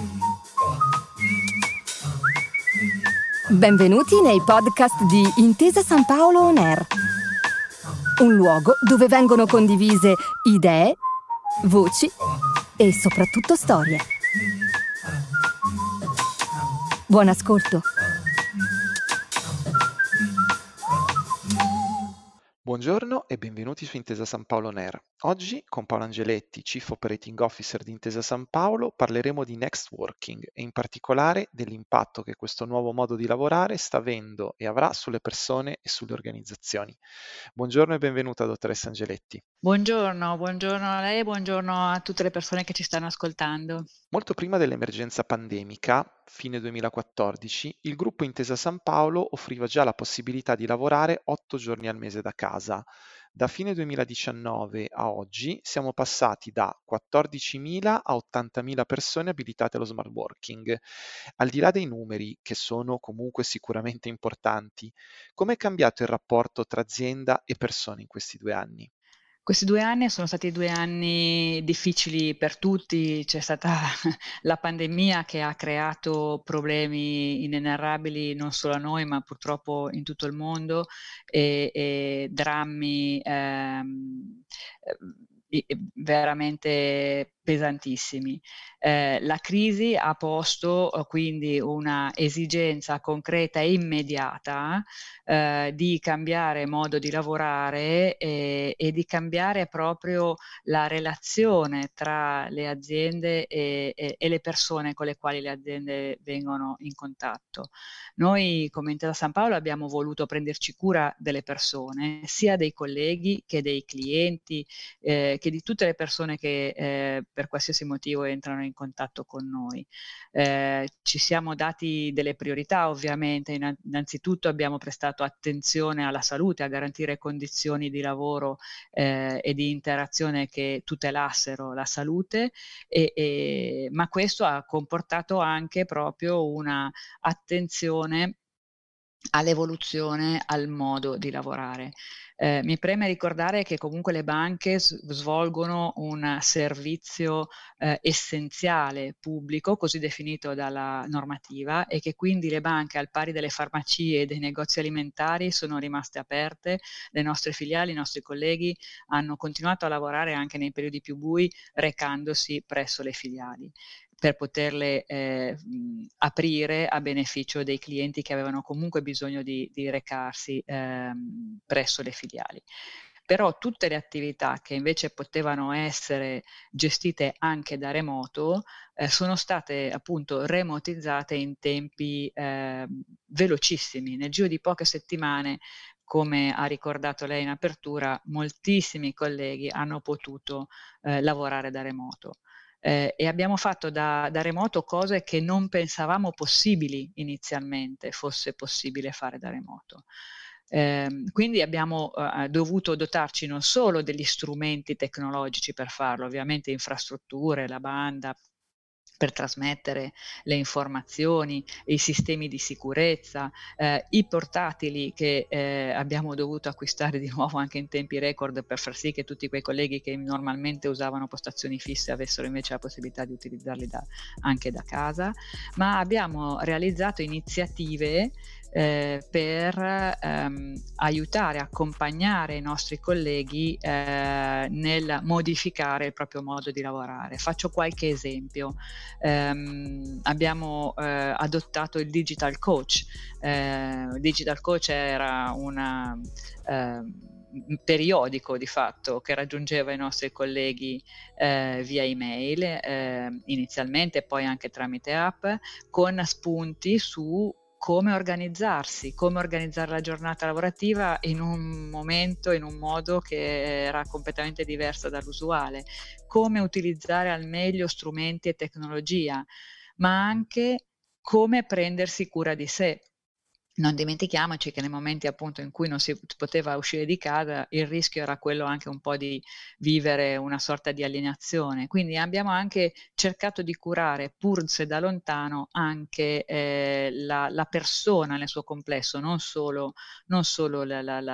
Benvenuti nei podcast di Intesa San Paolo On Air, un luogo dove vengono condivise idee, voci e soprattutto storie. Buon ascolto. Buongiorno e benvenuti su Intesa San Paolo On Air. Oggi con Paolo Angeletti, Chief Operating Officer di Intesa San Paolo, parleremo di Next Working e in particolare dell'impatto che questo nuovo modo di lavorare sta avendo e avrà sulle persone e sulle organizzazioni. Buongiorno e benvenuta, dottoressa Angeletti. Buongiorno a lei e buongiorno a tutte le persone che ci stanno ascoltando. Molto prima dell'emergenza pandemica, fine 2014, il gruppo Intesa San Paolo offriva già la possibilità di lavorare 8 giorni al mese da casa. Da fine 2019 a oggi siamo passati da 14.000 a 80.000 persone abilitate allo smart working. Al di là dei numeri, che sono comunque sicuramente importanti, come è cambiato il rapporto tra azienda e persone in questi 2 anni? Questi 2 anni sono stati 2 anni difficili per tutti, c'è stata la pandemia che ha creato problemi inenarrabili non solo a noi, ma purtroppo in tutto il mondo e drammi veramente pesantissimi. La crisi ha posto quindi una esigenza concreta e immediata di cambiare modo di lavorare e di cambiare proprio la relazione tra le aziende e le persone con le quali le aziende vengono in contatto. Noi come Intesa San Paolo abbiamo voluto prenderci cura delle persone, sia dei colleghi che dei clienti, che di tutte le persone che per qualsiasi motivo entrano in contatto con noi. Ci siamo dati delle priorità ovviamente, innanzitutto abbiamo prestato attenzione alla salute, a garantire condizioni di lavoro e di interazione che tutelassero la salute, ma questo ha comportato anche proprio una attenzione all'evoluzione, al modo di lavorare. Mi preme ricordare che comunque le banche svolgono un servizio essenziale pubblico, così definito dalla normativa, e che quindi le banche, al pari delle farmacie e dei negozi alimentari, sono rimaste aperte. Le nostre filiali, i nostri colleghi hanno continuato a lavorare anche nei periodi più bui, recandosi presso le filiali, per poterle aprire a beneficio dei clienti che avevano comunque bisogno di recarsi presso le filiali. Però tutte le attività che invece potevano essere gestite anche da remoto sono state appunto remotizzate in tempi velocissimi. Nel giro di poche settimane, come ha ricordato lei in apertura, moltissimi colleghi hanno potuto lavorare da remoto. E abbiamo fatto da remoto cose che non pensavamo possibili inizialmente, fosse possibile fare da remoto. Quindi abbiamo dovuto dotarci non solo degli strumenti tecnologici per farlo, ovviamente infrastrutture, la banda, per trasmettere le informazioni, i sistemi di sicurezza, i portatili che abbiamo dovuto acquistare di nuovo anche in tempi record per far sì che tutti quei colleghi che normalmente usavano postazioni fisse avessero invece la possibilità di utilizzarli anche da casa, ma abbiamo realizzato iniziative per aiutare, accompagnare i nostri colleghi nel modificare il proprio modo di lavorare. Faccio qualche esempio. Abbiamo adottato il Digital Coach. Il Digital Coach era un periodico di fatto che raggiungeva i nostri colleghi via email inizialmente e poi anche tramite app, con spunti su come organizzarsi, come organizzare la giornata lavorativa in un momento, in un modo che era completamente diverso dall'usuale, come utilizzare al meglio strumenti e tecnologia, ma anche come prendersi cura di sé. non dimentichiamoci che nei momenti appunto in cui non si poteva uscire di casa, il rischio era quello anche un po' di vivere una sorta di alienazione. Quindi abbiamo anche cercato di curare, pur se da lontano, anche la persona nel suo complesso, non solo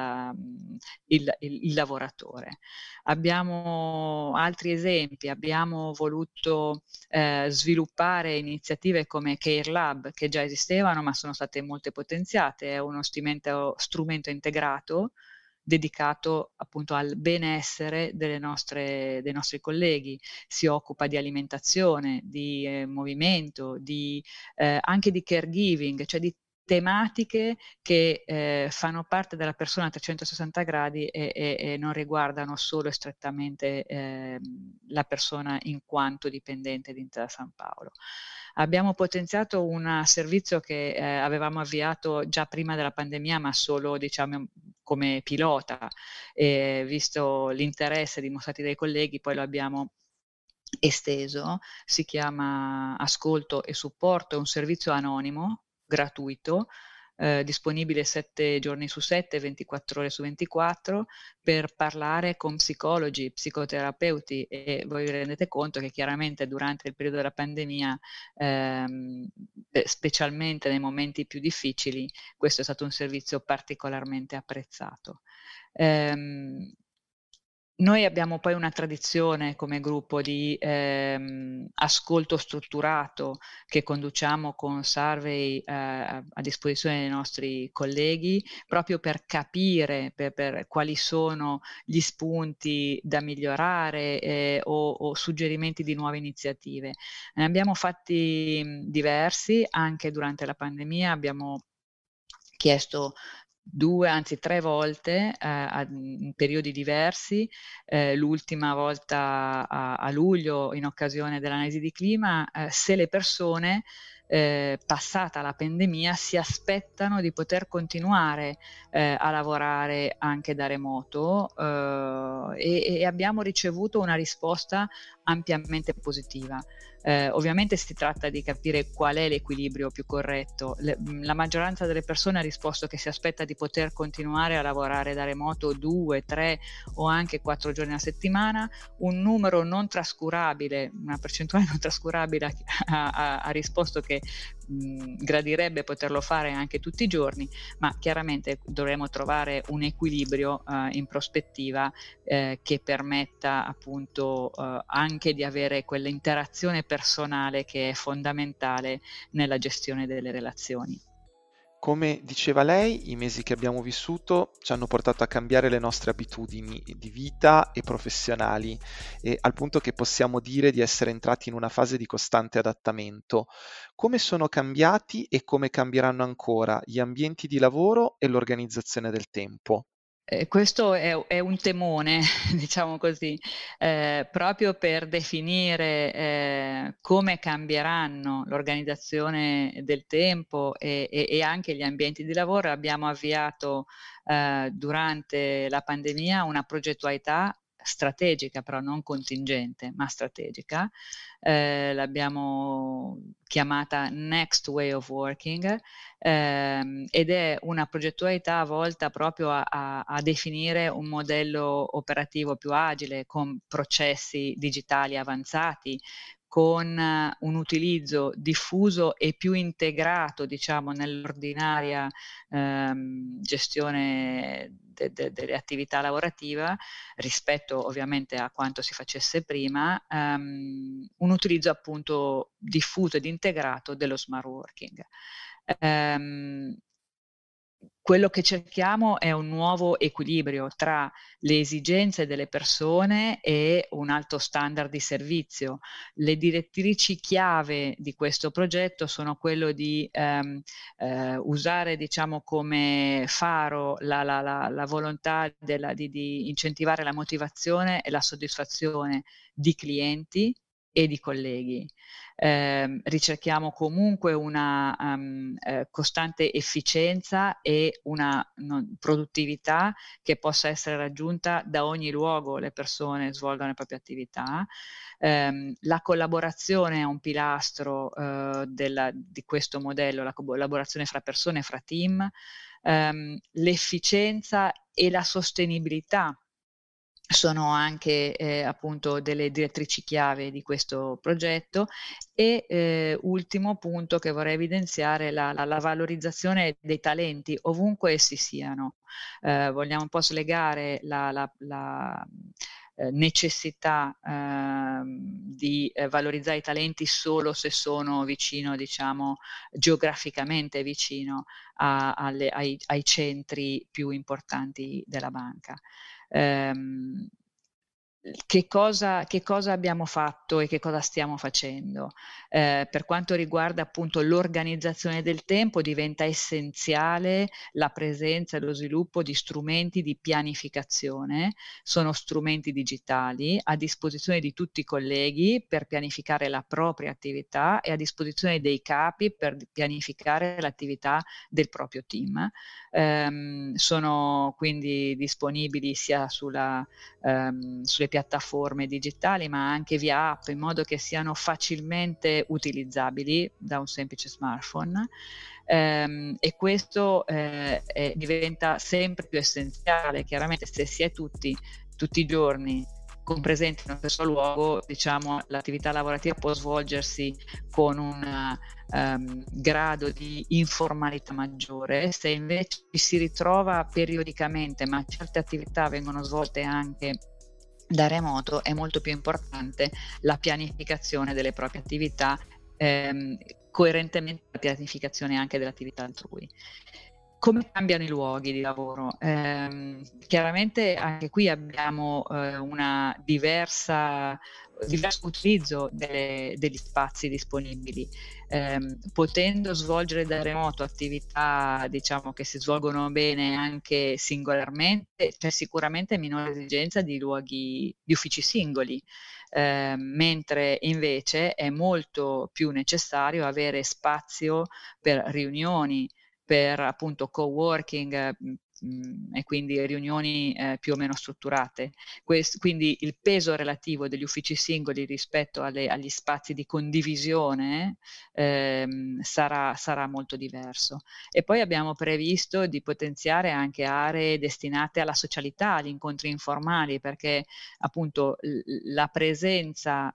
il lavoratore. Abbiamo altri esempi, abbiamo voluto sviluppare iniziative come Care Lab, che già esistevano ma sono state molte potenziate. È uno strumento integrato dedicato appunto al benessere dei nostri colleghi. Si occupa di alimentazione, di movimento, anche di caregiving, cioè di tematiche che fanno parte della persona a 360 gradi e non riguardano solo e strettamente la persona in quanto dipendente di Intesa San Paolo. Abbiamo potenziato un servizio che avevamo avviato già prima della pandemia, ma solo diciamo come pilota, e visto l'interesse dimostrati dai colleghi, poi lo abbiamo esteso. Si chiama Ascolto e Supporto, è un servizio anonimo, gratuito, disponibile 7 giorni su 7, 24 ore su 24, per parlare con psicologi, psicoterapeuti, e voi vi rendete conto che chiaramente durante il periodo della pandemia, specialmente nei momenti più difficili, questo è stato un servizio particolarmente apprezzato. Noi abbiamo poi una tradizione come gruppo di ascolto strutturato che conduciamo con survey a disposizione dei nostri colleghi, proprio per capire per quali sono gli spunti da migliorare o suggerimenti di nuove iniziative. Ne abbiamo fatti diversi anche durante la pandemia, abbiamo chiesto 2, anzi 3 volte in periodi diversi, l'ultima volta a luglio in occasione dell'analisi di clima, se le persone passata la pandemia si aspettano di poter continuare a lavorare anche da remoto, e abbiamo ricevuto una risposta ampiamente positiva. Ovviamente si tratta di capire qual è l'equilibrio più corretto. La maggioranza delle persone ha risposto che si aspetta di poter continuare a lavorare da remoto 2, 3 o anche 4 giorni a settimana. Un numero non trascurabile, una percentuale non trascurabile ha risposto che gradirebbe poterlo fare anche tutti i giorni, ma chiaramente dovremo trovare un equilibrio in prospettiva che permetta appunto anche di avere quell'interazione personale che è fondamentale nella gestione delle relazioni. Come diceva lei, i mesi che abbiamo vissuto ci hanno portato a cambiare le nostre abitudini di vita e professionali, al punto che possiamo dire di essere entrati in una fase di costante adattamento. Come sono cambiati e come cambieranno ancora gli ambienti di lavoro e l'organizzazione del tempo? Questo è un temone, diciamo così, proprio per definire come cambieranno l'organizzazione del tempo e anche gli ambienti di lavoro. Abbiamo avviato durante la pandemia una progettualità strategica, però non contingente, ma strategica. L'abbiamo chiamata Next Way of Working, ed è una progettualità volta proprio a definire un modello operativo più agile, con processi digitali avanzati, con un utilizzo diffuso e più integrato, diciamo, nell'ordinaria gestione delle attività lavorativa, rispetto ovviamente a quanto si facesse prima, un utilizzo appunto diffuso ed integrato dello smart working. Quello che cerchiamo è un nuovo equilibrio tra le esigenze delle persone e un alto standard di servizio. Le direttrici chiave di questo progetto sono quello di usare, diciamo, come faro la volontà di incentivare la motivazione e la soddisfazione di clienti e di colleghi. Ricerchiamo comunque una costante efficienza e una produttività che possa essere raggiunta da ogni luogo le persone svolgano le proprie attività. La collaborazione è un pilastro di questo modello, la collaborazione fra persone, fra team, l'efficienza e la sostenibilità sono anche appunto delle direttrici chiave di questo progetto e ultimo punto che vorrei evidenziare la valorizzazione dei talenti ovunque essi siano. Vogliamo un po' slegare la necessità di valorizzare i talenti solo se sono vicino, diciamo, geograficamente vicino ai centri più importanti della banca. Che cosa abbiamo fatto e che cosa stiamo facendo? Per quanto riguarda appunto l'organizzazione del tempo, diventa essenziale la presenza e lo sviluppo di strumenti di pianificazione. Sono strumenti digitali a disposizione di tutti i colleghi per pianificare la propria attività e a disposizione dei capi per pianificare l'attività del proprio team. Sono quindi disponibili sia sulle piattaforme digitali ma anche via app in modo che siano facilmente utilizzabili da un semplice smartphone e questo diventa sempre più essenziale. Chiaramente se si è tutti i giorni presenti in uno stesso luogo, diciamo, l'attività lavorativa può svolgersi con un grado di informalità maggiore. Se invece ci si ritrova periodicamente, ma certe attività vengono svolte anche da remoto, è molto più importante la pianificazione delle proprie attività, coerentemente la pianificazione anche dell'attività altrui. Come cambiano i luoghi di lavoro? Chiaramente anche qui abbiamo una diverso utilizzo degli spazi disponibili. Potendo svolgere da remoto attività, diciamo, che si svolgono bene anche singolarmente, c'è sicuramente minore esigenza di uffici singoli. Mentre invece è molto più necessario avere spazio per riunioni, per appunto coworking e quindi riunioni più o meno strutturate. Quindi il peso relativo degli uffici singoli rispetto agli spazi di condivisione sarà molto diverso. E poi abbiamo previsto di potenziare anche aree destinate alla socialità, agli incontri informali, perché appunto la presenza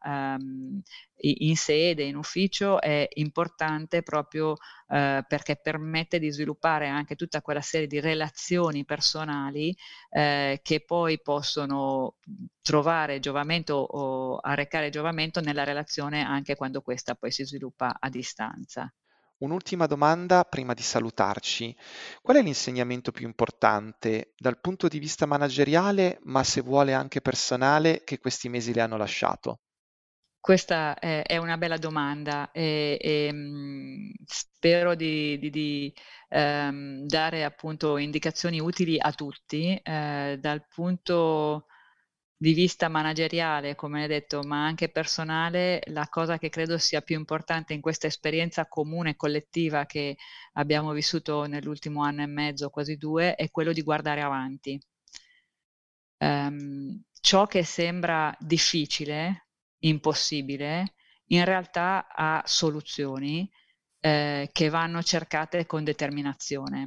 in sede, in ufficio è importante proprio perché permette di sviluppare anche tutta quella serie di relazioni personali che poi possono trovare giovamento o arrecare giovamento nella relazione anche quando questa poi si sviluppa a distanza. Un'ultima domanda prima di salutarci. Qual è l'insegnamento più importante dal punto di vista manageriale, ma se vuole anche personale, che questi mesi le hanno lasciato? Questa è una bella domanda e spero di dare appunto indicazioni utili a tutti. Dal punto di vista manageriale, come hai detto, ma anche personale, la cosa che credo sia più importante in questa esperienza comune e collettiva che abbiamo vissuto nell'ultimo anno e mezzo, quasi 2, è quello di guardare avanti. Ciò che sembra difficile, impossibile, in realtà ha soluzioni che vanno cercate con determinazione.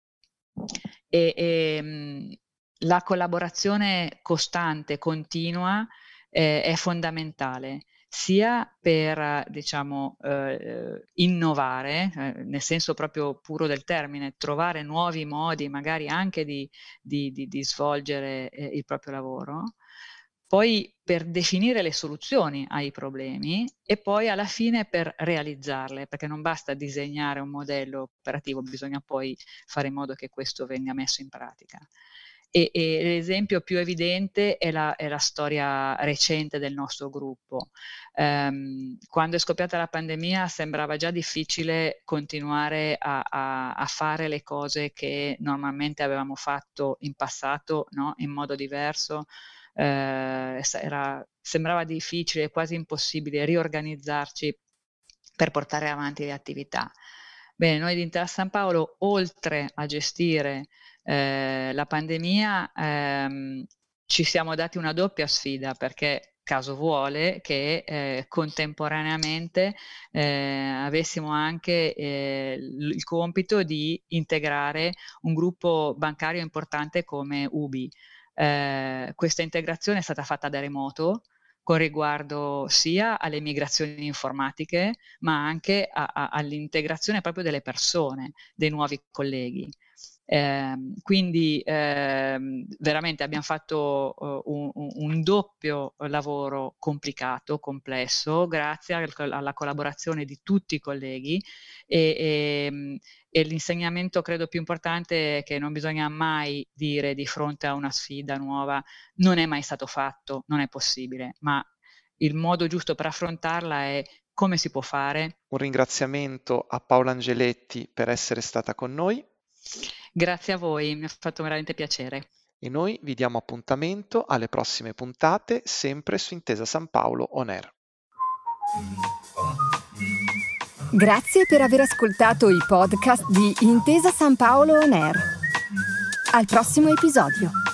La collaborazione costante, continua, è fondamentale, sia per, diciamo, innovare, nel senso proprio puro del termine, trovare nuovi modi magari anche di svolgere il proprio lavoro, poi per definire le soluzioni ai problemi e poi alla fine per realizzarle, perché non basta disegnare un modello operativo, bisogna poi fare in modo che questo venga messo in pratica. E l'esempio più evidente è la storia recente del nostro gruppo. Quando è scoppiata la pandemia sembrava già difficile continuare a fare le cose che normalmente avevamo fatto in passato, no? In modo diverso, sembrava difficile, quasi impossibile riorganizzarci per portare avanti le attività. Bene, noi di Intesa San Paolo, oltre a gestire la pandemia, ci siamo dati una doppia sfida, perché caso vuole che contemporaneamente avessimo anche il compito di integrare un gruppo bancario importante come UBI. Questa integrazione è stata fatta da remoto, con riguardo sia alle migrazioni informatiche, ma anche all'integrazione proprio delle persone, dei nuovi colleghi. Quindi veramente abbiamo fatto un doppio lavoro complicato, complesso, grazie alla collaborazione di tutti i colleghi e l'insegnamento credo più importante è che non bisogna mai dire di fronte a una sfida nuova non è mai stato fatto, non è possibile, ma il modo giusto per affrontarla è come si può fare. Un ringraziamento a Paola Angeletti per essere stata con noi. Grazie a voi, mi ha fatto veramente piacere. E noi vi diamo appuntamento alle prossime puntate, sempre su Intesa San Paolo On Air. Grazie per aver ascoltato i podcast di Intesa San Paolo On Air. Al prossimo episodio.